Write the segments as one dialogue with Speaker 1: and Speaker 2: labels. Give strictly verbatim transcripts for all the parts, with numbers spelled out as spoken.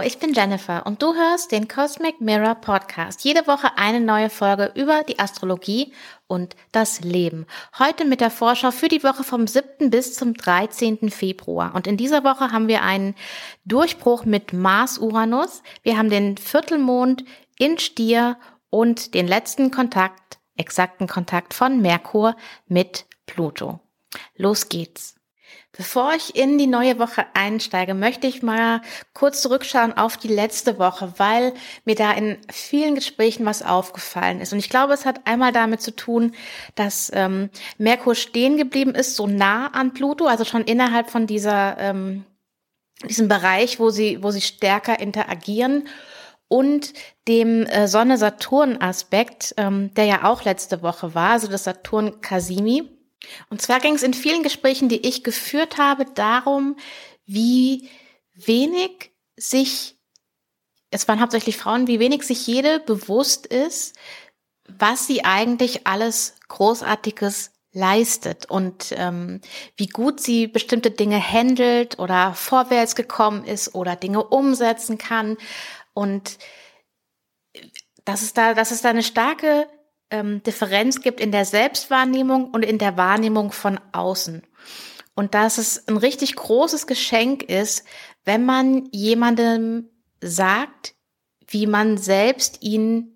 Speaker 1: ich bin Jennifer und du hörst den Cosmic Mirror Podcast. Jede Woche eine neue Folge über die Astrologie und das Leben. Heute mit der Vorschau für die Woche vom siebten bis zum dreizehnten Februar. Und in dieser Woche haben wir einen Durchbruch mit Mars-Uranus. Wir haben den Viertelmond in Stier und den letzten Kontakt, exakten Kontakt von Merkur mit Pluto. Los geht's. Bevor ich in die neue Woche einsteige, möchte ich mal kurz zurückschauen auf die letzte Woche, weil mir da in vielen Gesprächen was aufgefallen ist. Und ich glaube, es hat einmal damit zu tun, dass ähm, Merkur stehen geblieben ist, so nah an Pluto, also schon innerhalb von dieser ähm, diesem Bereich, wo sie wo sie stärker interagieren, und dem äh, Sonne-Saturn-Aspekt, ähm, der ja auch letzte Woche war, also das Saturn-Kasimi. Und zwar ging es in vielen Gesprächen, die ich geführt habe, darum, wie wenig sich, es waren hauptsächlich Frauen, wie wenig sich jede bewusst ist, was sie eigentlich alles Großartiges leistet und ähm, wie gut sie bestimmte Dinge handelt oder vorwärts gekommen ist oder Dinge umsetzen kann. Und dass es da, dass es da eine starke ähm, Differenz gibt in der Selbstwahrnehmung und in der Wahrnehmung von außen. Und dass es ein richtig großes Geschenk ist, wenn man jemandem sagt, wie man selbst ihn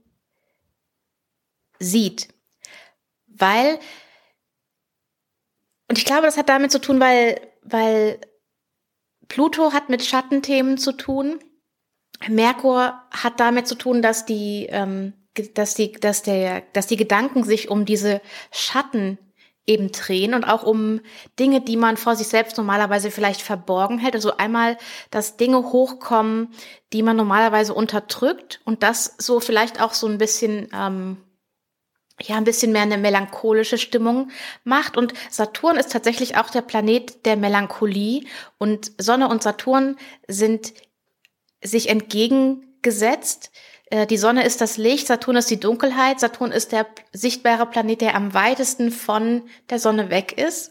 Speaker 1: sieht. Weil, und ich glaube, das hat damit zu tun, weil, weil Pluto hat mit Schattenthemen zu tun. Merkur hat damit zu tun, dass die, ähm, dass die, dass der, dass die Gedanken sich um diese Schatten eben drehen und auch um Dinge, die man vor sich selbst normalerweise vielleicht verborgen hält. Also einmal, dass Dinge hochkommen, die man normalerweise unterdrückt und das so vielleicht auch so ein bisschen, ähm, ja, ein bisschen mehr eine melancholische Stimmung macht. Und Saturn ist tatsächlich auch der Planet der Melancholie und Sonne und Saturn sind sich entgegengesetzt. Die Sonne ist das Licht, Saturn ist die Dunkelheit. Saturn ist der sichtbare Planet, der am weitesten von der Sonne weg ist.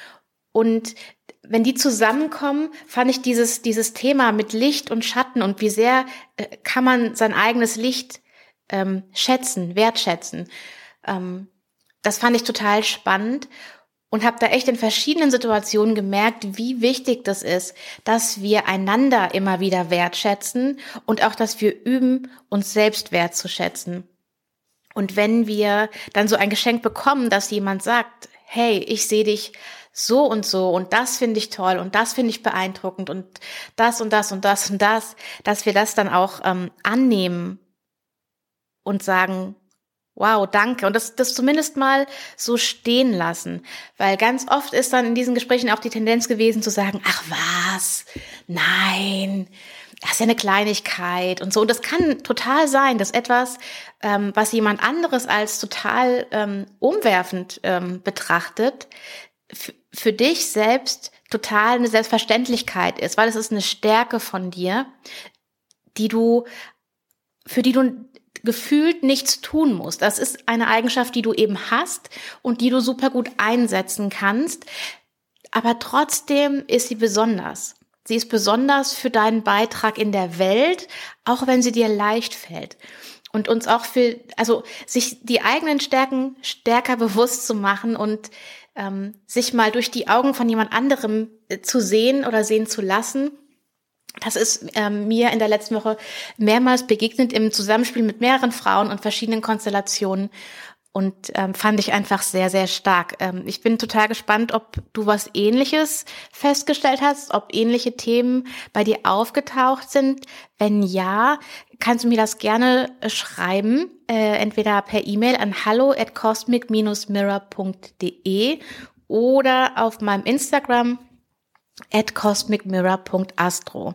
Speaker 1: Und wenn die zusammenkommen, fand ich dieses dieses Thema mit Licht und Schatten und wie sehr äh, kann man sein eigenes Licht ähm, schätzen, wertschätzen. Ähm, das fand ich total spannend. Und habe da echt in verschiedenen Situationen gemerkt, wie wichtig das ist, dass wir einander immer wieder wertschätzen und auch, dass wir üben, uns selbst wertzuschätzen. Und wenn wir dann so ein Geschenk bekommen, dass jemand sagt, hey, ich sehe dich so und so und das finde ich toll und das finde ich beeindruckend und das und das und das und das, dass wir das dann auch ähm, annehmen und sagen, wow, danke. Und das, das zumindest mal so stehen lassen. Weil ganz oft ist dann in diesen Gesprächen auch die Tendenz gewesen zu sagen, ach was, nein, das ist ja eine Kleinigkeit und so. Und das kann total sein, dass etwas, ähm, was jemand anderes als total ähm, umwerfend ähm, betrachtet, f- für dich selbst total eine Selbstverständlichkeit ist, weil es ist eine Stärke von dir, die du, für die du gefühlt nichts tun musst. Das ist eine Eigenschaft, die du eben hast und die du super gut einsetzen kannst. Aber trotzdem ist sie besonders. Sie ist besonders für deinen Beitrag in der Welt, auch wenn sie dir leicht fällt. Und uns auch für, also sich die eigenen Stärken stärker bewusst zu machen und ähm, sich mal durch die Augen von jemand anderem äh, zu sehen oder sehen zu lassen. Das ist ähm, mir in der letzten Woche mehrmals begegnet im Zusammenspiel mit mehreren Frauen und verschiedenen Konstellationen und ähm, fand ich einfach sehr, sehr stark. Ähm, ich bin total gespannt, ob du was Ähnliches festgestellt hast, ob ähnliche Themen bei dir aufgetaucht sind. Wenn ja, kannst du mir das gerne schreiben, äh, entweder per E-Mail an hallo at cosmic dash mirror punkt de oder auf meinem Instagram at cosmic mirror punkt astro.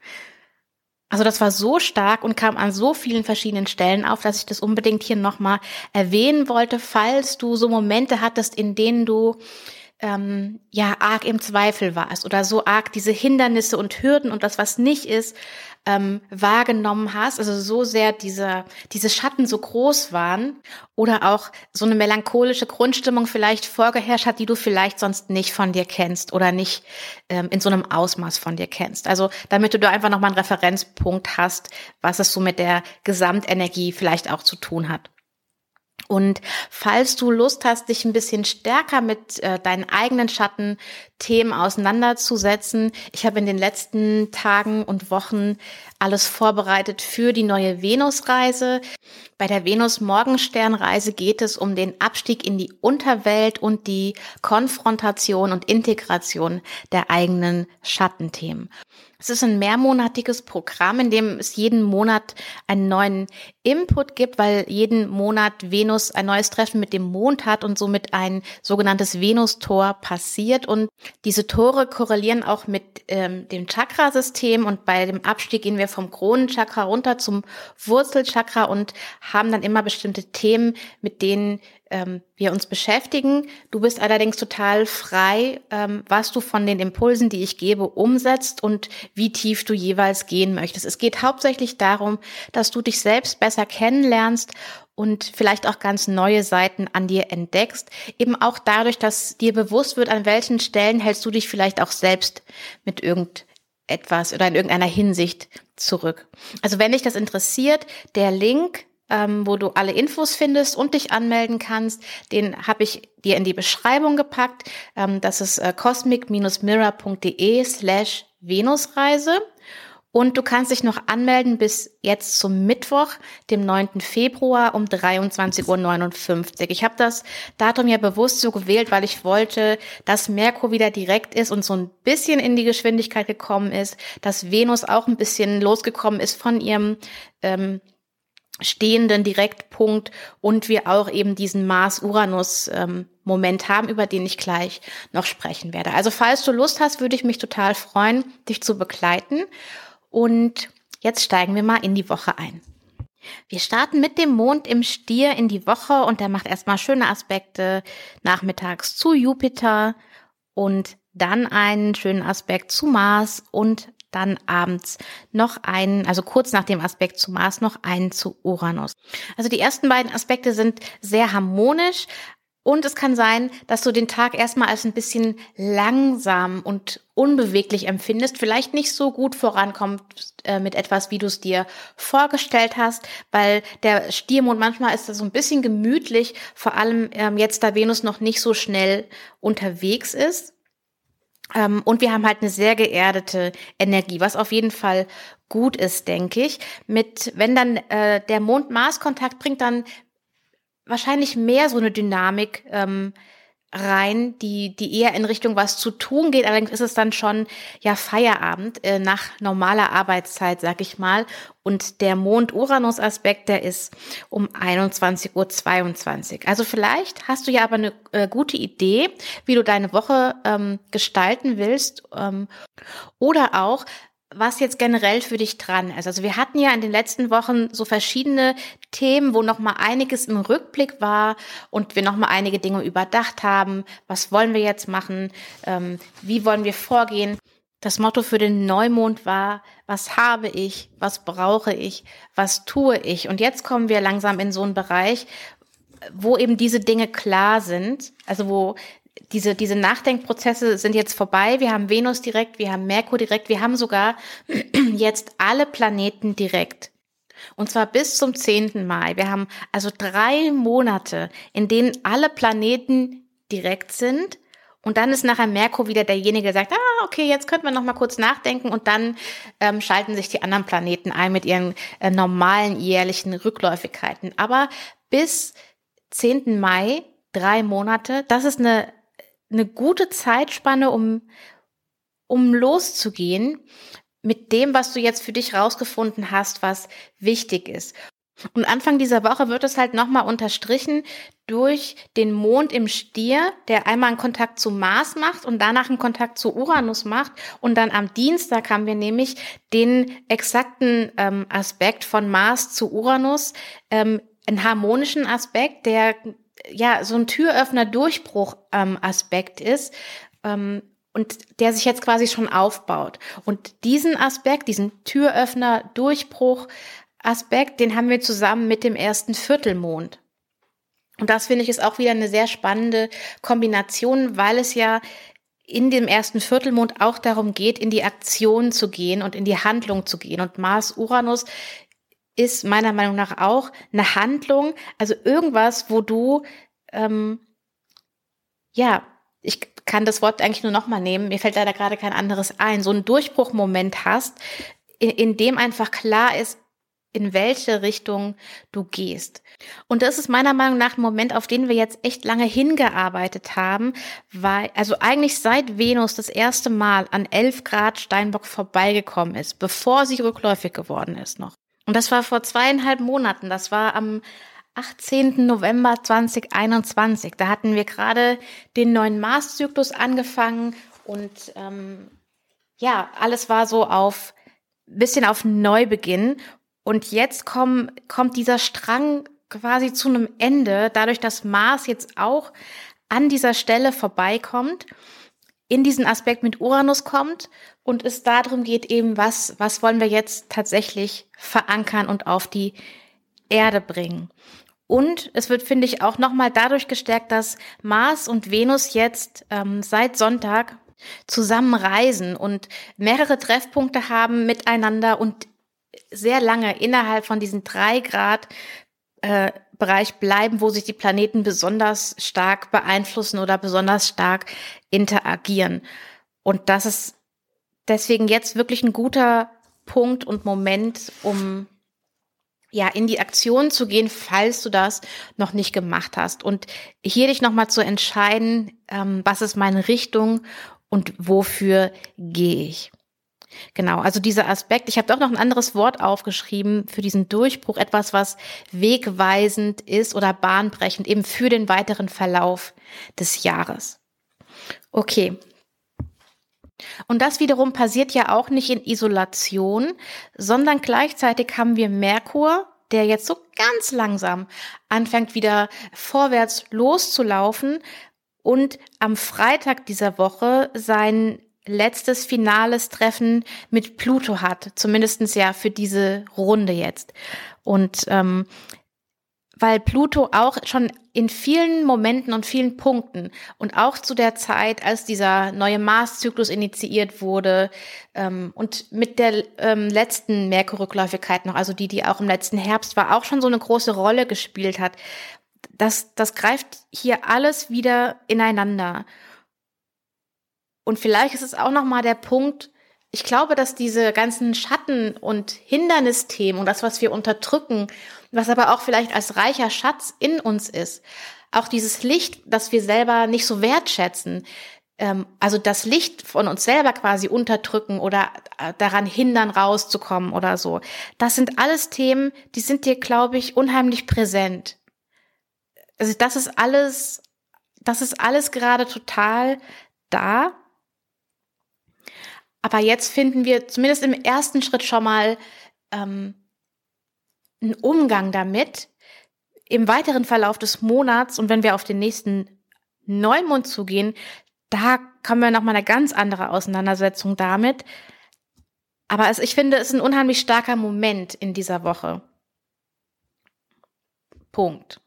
Speaker 1: Also das war so stark und kam an so vielen verschiedenen Stellen auf, dass ich das unbedingt hier nochmal erwähnen wollte, falls du so Momente hattest, in denen du ähm, ja arg im Zweifel warst oder so arg diese Hindernisse und Hürden und das, was nicht ist, ähm, wahrgenommen hast, also so sehr diese, diese Schatten so groß waren oder auch so eine melancholische Grundstimmung vielleicht vorgeherrscht hat, die du vielleicht sonst nicht von dir kennst oder nicht ähm, in so einem Ausmaß von dir kennst. Also damit du da einfach nochmal einen Referenzpunkt hast, was es so mit der Gesamtenergie vielleicht auch zu tun hat. Und falls du Lust hast, dich ein bisschen stärker mit äh, deinen eigenen Schattenthemen auseinanderzusetzen, ich habe in den letzten Tagen und Wochen alles vorbereitet für die neue Venusreise. Bei der Venus-Morgenstern-Reise geht es um den Abstieg in die Unterwelt und die Konfrontation und Integration der eigenen Schattenthemen. Es ist ein mehrmonatiges Programm, in dem es jeden Monat einen neuen Input gibt, weil jeden Monat Venus ein neues Treffen mit dem Mond hat und somit ein sogenanntes Venus-Tor passiert. Und diese Tore korrelieren auch mit ähm, dem Chakrasystem und bei dem Abstieg gehen wir vom Kronenchakra runter zum Wurzelchakra und haben dann immer bestimmte Themen, mit denen ähm, wir uns beschäftigen. Du bist allerdings total frei, ähm, was du von den Impulsen, die ich gebe, umsetzt und wie tief du jeweils gehen möchtest. Es geht hauptsächlich darum, dass du dich selbst besser kennenlernst und vielleicht auch ganz neue Seiten an dir entdeckst. Eben auch dadurch, dass dir bewusst wird, an welchen Stellen hältst du dich vielleicht auch selbst mit irgendetwas oder in irgendeiner Hinsicht zurück. Also wenn dich das interessiert, der Link, ähm, wo du alle Infos findest und dich anmelden kannst, den habe ich dir in die Beschreibung gepackt. Ähm, das ist äh, cosmic-mirror.de slash Venusreise. Und du kannst dich noch anmelden bis jetzt zum Mittwoch, dem neunten Februar um dreiundzwanzig Uhr neunundfünfzig. Ich habe das Datum ja bewusst so gewählt, weil ich wollte, dass Merkur wieder direkt ist und so ein bisschen in die Geschwindigkeit gekommen ist, dass Venus auch ein bisschen losgekommen ist von ihrem ähm, stehenden Direktpunkt und wir auch eben diesen Mars-Uranus-Moment ähm, haben, über den ich gleich noch sprechen werde. Also falls du Lust hast, würde ich mich total freuen, dich zu begleiten. Und jetzt steigen wir mal in die Woche ein. Wir starten mit dem Mond im Stier in die Woche und der macht erstmal schöne Aspekte nachmittags zu Jupiter und dann einen schönen Aspekt zu Mars und dann abends noch einen, also kurz nach dem Aspekt zu Mars, noch einen zu Uranus. Also die ersten beiden Aspekte sind sehr harmonisch und es kann sein, dass du den Tag erstmal als ein bisschen langsam und unbeweglich empfindest, vielleicht nicht so gut vorankommst äh, mit etwas, wie du es dir vorgestellt hast, weil der Stiermond manchmal ist das so ein bisschen gemütlich, vor allem ähm, jetzt, da Venus noch nicht so schnell unterwegs ist. Ähm, und wir haben halt eine sehr geerdete Energie, was auf jeden Fall gut ist, denke ich. Mit, wenn dann äh, der Mond-Mars-Kontakt bringt, dann wahrscheinlich mehr so eine Dynamik ähm, rein, die die eher in Richtung was zu tun geht. Allerdings ist es dann schon ja Feierabend äh, nach normaler Arbeitszeit, sag ich mal. Und der Mond-Uranus-Aspekt, der ist um einundzwanzig Uhr zweiundzwanzig. Also vielleicht hast du ja aber eine äh, gute Idee, wie du deine Woche ähm, gestalten willst. Ähm, oder auch, was jetzt generell für dich dran ist. Also wir hatten ja in den letzten Wochen so verschiedene Themen, wo noch mal einiges im Rückblick war und wir noch mal einige Dinge überdacht haben. Was wollen wir jetzt machen? Ähm, wie wollen wir vorgehen? Das Motto für den Neumond war, was habe ich? Was brauche ich? Was tue ich? Und jetzt kommen wir langsam in so einen Bereich, wo eben diese Dinge klar sind. Also wo Diese, diese Nachdenkprozesse sind jetzt vorbei. Wir haben Venus direkt, wir haben Merkur direkt, wir haben sogar jetzt alle Planeten direkt. Und zwar bis zum zehnten Mai. Wir haben also drei Monate, in denen alle Planeten direkt sind. Und dann ist nachher Merkur wieder derjenige, der sagt, ah, okay, jetzt könnten wir noch mal kurz nachdenken. Und dann ähm, schalten sich die anderen Planeten ein mit ihren äh, normalen jährlichen Rückläufigkeiten. Aber bis zehnten Mai, drei Monate, das ist eine eine gute Zeitspanne, um, um loszugehen mit dem, was du jetzt für dich rausgefunden hast, was wichtig ist. Und Anfang dieser Woche wird es halt nochmal unterstrichen durch den Mond im Stier, der einmal einen Kontakt zu Mars macht und danach einen Kontakt zu Uranus macht. Und dann am Dienstag haben wir nämlich den exakten ähm, Aspekt von Mars zu Uranus, ähm, einen harmonischen Aspekt, der ja so ein Türöffner-Durchbruch-Aspekt ähm, ist ähm, und der sich jetzt quasi schon aufbaut. Und diesen Aspekt, diesen Türöffner-Durchbruch-Aspekt, den haben wir zusammen mit dem ersten Viertelmond. Und das finde ich ist auch wieder eine sehr spannende Kombination, weil es ja in dem ersten Viertelmond auch darum geht, in die Aktion zu gehen und in die Handlung zu gehen. Und Mars-Uranus ist meiner Meinung nach auch eine Handlung, also irgendwas, wo du, ähm, ja, ich kann das Wort eigentlich nur nochmal nehmen, mir fällt leider gerade kein anderes ein, so einen Durchbruchmoment hast, in, in dem einfach klar ist, in welche Richtung du gehst. Und das ist meiner Meinung nach ein Moment, auf den wir jetzt echt lange hingearbeitet haben, weil, also eigentlich seit Venus das erste Mal an elf Grad Steinbock vorbeigekommen ist, bevor sie rückläufig geworden ist noch. Und das war vor zweieinhalb Monaten, das war am achtzehnten November zweitausendeinundzwanzig. Da hatten wir gerade den neuen Mars-Zyklus angefangen und ähm, ja, alles war so auf, bisschen auf Neubeginn. Und jetzt komm, kommt dieser Strang quasi zu einem Ende, dadurch, dass Mars jetzt auch an dieser Stelle vorbeikommt, in diesen Aspekt mit Uranus kommt und es darum geht eben, was, was wollen wir jetzt tatsächlich verankern und auf die Erde bringen. Und es wird, finde ich, auch nochmal dadurch gestärkt, dass Mars und Venus jetzt ähm, seit Sonntag zusammen reisen und mehrere Treffpunkte haben miteinander und sehr lange innerhalb von diesen drei Grad äh, Bereich bleiben, wo sich die Planeten besonders stark beeinflussen oder besonders stark interagieren. Und das ist deswegen jetzt wirklich ein guter Punkt und Moment, um ja in die Aktion zu gehen, falls du das noch nicht gemacht hast. Und hier dich nochmal zu entscheiden, ähm, was ist meine Richtung und wofür gehe ich. Genau, also dieser Aspekt, ich habe doch noch ein anderes Wort aufgeschrieben für diesen Durchbruch, etwas, was wegweisend ist oder bahnbrechend, eben für den weiteren Verlauf des Jahres. Okay. Und das wiederum passiert ja auch nicht in Isolation, sondern gleichzeitig haben wir Merkur, der jetzt so ganz langsam anfängt, wieder vorwärts loszulaufen und am Freitag dieser Woche sein letztes finales Treffen mit Pluto hat, zumindestens ja für diese Runde jetzt. Und ähm, weil Pluto auch schon in vielen Momenten und vielen Punkten und auch zu der Zeit, als dieser neue Mars-Zyklus initiiert wurde ähm, und mit der ähm, letzten Merkur-Rückläufigkeit noch, also die, die auch im letzten Herbst war, auch schon so eine große Rolle gespielt hat, das, das greift hier alles wieder ineinander. Und vielleicht ist es auch nochmal der Punkt, ich glaube, dass diese ganzen Schatten- und Hindernisthemen und das, was wir unterdrücken, was aber auch vielleicht als reicher Schatz in uns ist, auch dieses Licht, das wir selber nicht so wertschätzen, ähm, also das Licht von uns selber quasi unterdrücken oder daran hindern, rauszukommen oder so, das sind alles Themen, die sind dir, glaube ich, unheimlich präsent. Also das ist alles, das ist alles gerade total da. Aber jetzt finden wir zumindest im ersten Schritt schon mal ähm, einen Umgang damit. Im weiteren Verlauf des Monats und wenn wir auf den nächsten Neumond zugehen, da kommen wir nochmal eine ganz andere Auseinandersetzung damit. Aber es, ich finde, es ist ein unheimlich starker Moment in dieser Woche. Punkt.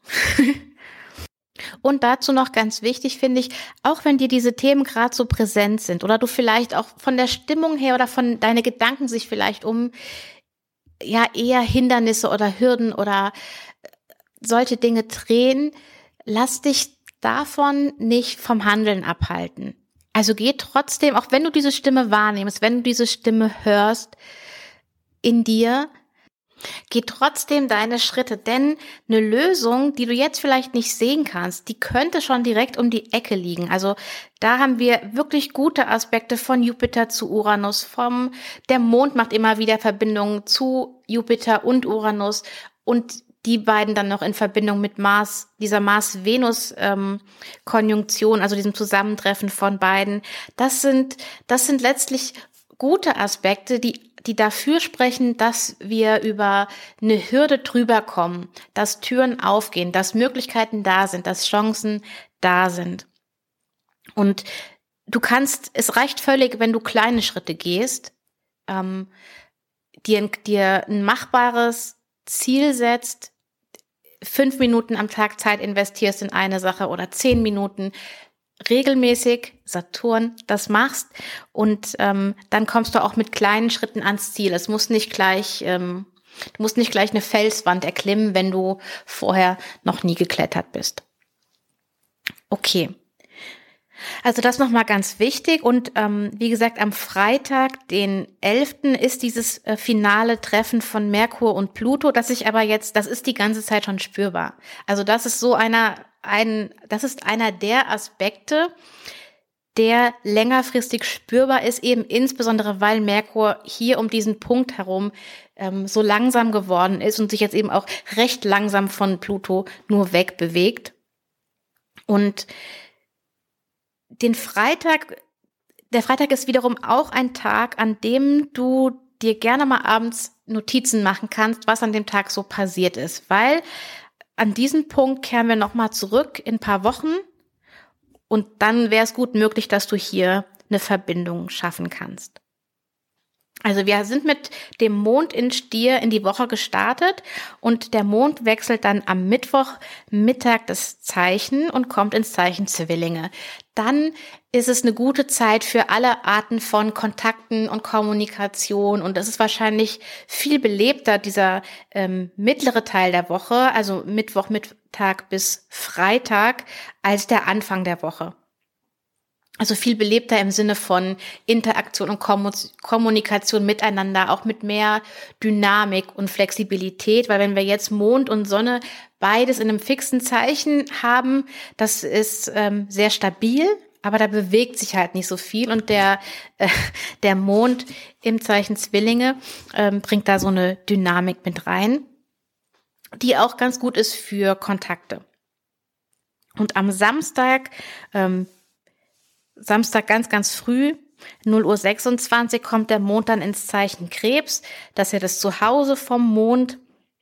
Speaker 1: Und dazu noch ganz wichtig, finde ich, auch wenn dir diese Themen gerade so präsent sind oder du vielleicht auch von der Stimmung her oder von deine Gedanken sich vielleicht um ja eher Hindernisse oder Hürden oder solche Dinge drehen, lass dich davon nicht vom Handeln abhalten. Also geh trotzdem, auch wenn du diese Stimme wahrnimmst, wenn du diese Stimme hörst in dir, geh trotzdem deine Schritte, denn eine Lösung, die du jetzt vielleicht nicht sehen kannst, die könnte schon direkt um die Ecke liegen. Also da haben wir wirklich gute Aspekte von Jupiter zu Uranus, vom der Mond macht immer wieder Verbindungen zu Jupiter und Uranus und die beiden dann noch in Verbindung mit Mars, dieser Mars-Venus-Konjunktion, ähm, also diesem Zusammentreffen von beiden. Das sind, das sind letztlich gute Aspekte, die die dafür sprechen, dass wir über eine Hürde drüber kommen, dass Türen aufgehen, dass Möglichkeiten da sind, dass Chancen da sind. Und du kannst, es reicht völlig, wenn du kleine Schritte gehst, ähm, dir, dir ein machbares Ziel setzt, fünf Minuten am Tag Zeit investierst in eine Sache oder zehn Minuten, regelmäßig, Saturn, das machst und ähm, dann kommst du auch mit kleinen Schritten ans Ziel. Es muss nicht gleich, ähm, du musst nicht gleich eine Felswand erklimmen, wenn du vorher noch nie geklettert bist. Okay. Also das nochmal ganz wichtig und ähm, wie gesagt, am Freitag, den elften ist dieses äh, finale Treffen von Merkur und Pluto, das ich aber jetzt, das ist die ganze Zeit schon spürbar. Also das ist so einer, ein, das ist einer der Aspekte, der längerfristig spürbar ist, eben insbesondere, weil Merkur hier um diesen Punkt herum ähm, so langsam geworden ist und sich jetzt eben auch recht langsam von Pluto nur wegbewegt. Und den Freitag, der Freitag ist wiederum auch ein Tag, an dem du dir gerne mal abends Notizen machen kannst, was an dem Tag so passiert ist, weil an diesen Punkt kehren wir nochmal zurück in ein paar Wochen und dann wäre es gut möglich, dass du hier eine Verbindung schaffen kannst. Also wir sind mit dem Mond in Stier in die Woche gestartet und der Mond wechselt dann am Mittwochmittag das Zeichen und kommt ins Zeichen Zwillinge. Dann ist es eine gute Zeit für alle Arten von Kontakten und Kommunikation und es ist wahrscheinlich viel belebter, dieser ähm, mittlere Teil der Woche, also Mittwochmittag bis Freitag, als der Anfang der Woche. Also viel belebter im Sinne von Interaktion und Kommunikation miteinander, auch mit mehr Dynamik und Flexibilität, weil wenn wir jetzt Mond und Sonne beides in einem fixen Zeichen haben, das ist ähm, sehr stabil, aber da bewegt sich halt nicht so viel und der äh, der Mond im Zeichen Zwillinge ähm, bringt da so eine Dynamik mit rein, die auch ganz gut ist für Kontakte. Und am Samstag ähm, Samstag ganz, ganz früh, null Uhr sechsundzwanzig, kommt der Mond dann ins Zeichen Krebs. Das ist ja das Zuhause vom Mond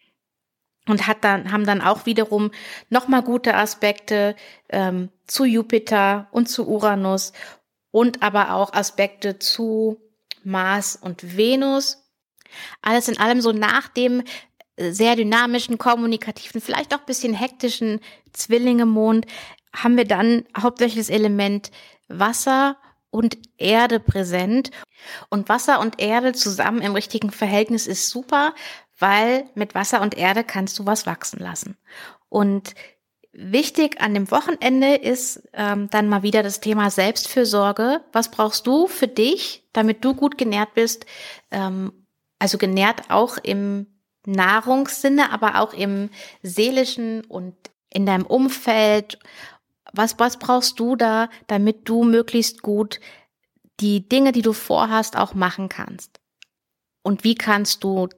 Speaker 1: und hat dann, haben dann auch wiederum nochmal gute Aspekte ähm, zu Jupiter und zu Uranus und aber auch Aspekte zu Mars und Venus. Alles in allem so nach dem sehr dynamischen, kommunikativen, vielleicht auch ein bisschen hektischen Zwillinge-Mond haben wir dann hauptsächlich das Element Wasser und Erde präsent. Und Wasser und Erde zusammen im richtigen Verhältnis ist super, weil mit Wasser und Erde kannst du was wachsen lassen. Und wichtig an dem Wochenende ist ähm, dann mal wieder das Thema Selbstfürsorge. Was brauchst du für dich, damit du gut genährt bist? Ähm, also genährt auch im Nahrungssinne, aber auch im seelischen und in deinem Umfeld. Was, was brauchst du da, damit du möglichst gut die Dinge, die du vorhast, auch machen kannst? Und wie kannst du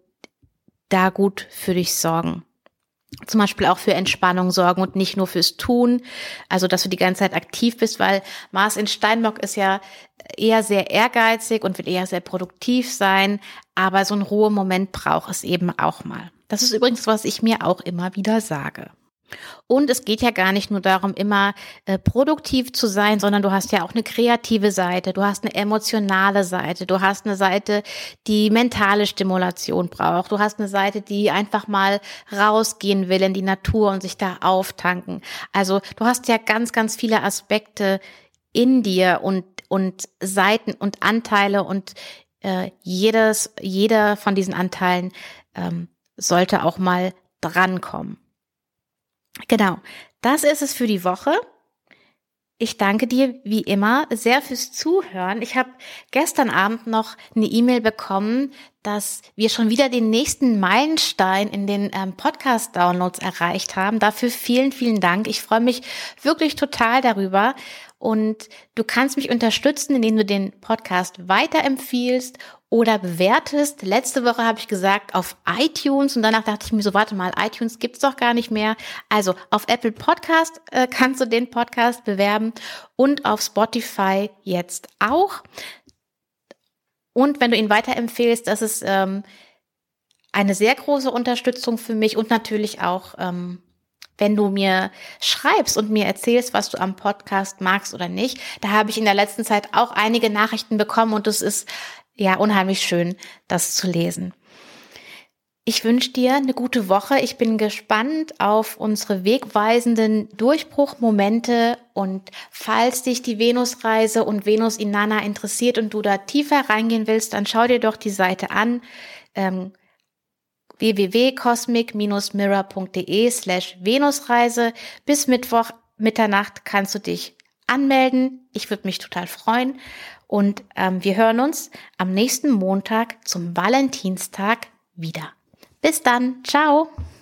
Speaker 1: da gut für dich sorgen? Zum Beispiel auch für Entspannung sorgen und nicht nur fürs Tun, also dass du die ganze Zeit aktiv bist, weil Mars in Steinbock ist ja eher sehr ehrgeizig und will eher sehr produktiv sein, aber so einen Ruhemoment braucht es eben auch mal. Das ist übrigens, was ich mir auch immer wieder sage. Und es geht ja gar nicht nur darum, immer äh, produktiv zu sein, sondern du hast ja auch eine kreative Seite, du hast eine emotionale Seite, du hast eine Seite, die mentale Stimulation braucht, du hast eine Seite, die einfach mal rausgehen will in die Natur und sich da auftanken. Also du hast ja ganz, ganz viele Aspekte in dir und, und Seiten und Anteile und äh, jedes, jeder von diesen Anteilen ähm, sollte auch mal drankommen. Genau, das ist es für die Woche. Ich danke dir wie immer sehr fürs Zuhören. Ich habe gestern Abend noch eine E-Mail bekommen, dass wir schon wieder den nächsten Meilenstein in den ähm, Podcast-Downloads erreicht haben. Dafür vielen, vielen Dank. Ich freue mich wirklich total darüber. Und du kannst mich unterstützen, indem du den Podcast weiterempfiehlst oder bewertest. Letzte Woche habe ich gesagt auf iTunes und danach dachte ich mir so, warte mal, iTunes gibt's doch gar nicht mehr. Also auf Apple Podcast äh, kannst du den Podcast bewerben und auf Spotify jetzt auch. Und wenn du ihn weiterempfehlst, das ist ähm, eine sehr große Unterstützung für mich und natürlich auch, ähm, wenn du mir schreibst und mir erzählst, was du am Podcast magst oder nicht. Da habe ich in der letzten Zeit auch einige Nachrichten bekommen und es ist ja unheimlich schön, das zu lesen. Ich wünsche dir eine gute Woche. Ich bin gespannt auf unsere wegweisenden Durchbruchmomente und falls dich die Venusreise und Venus in Nana interessiert und du da tiefer reingehen willst, dann schau dir doch die Seite an, ähm, w w w punkt cosmic dash mirror punkt d e slash Venusreise. Bis Mittwoch Mitternacht kannst du dich anmelden. Ich würde mich total freuen. Und ähm, wir hören uns am nächsten Montag zum Valentinstag wieder. Bis dann. Ciao.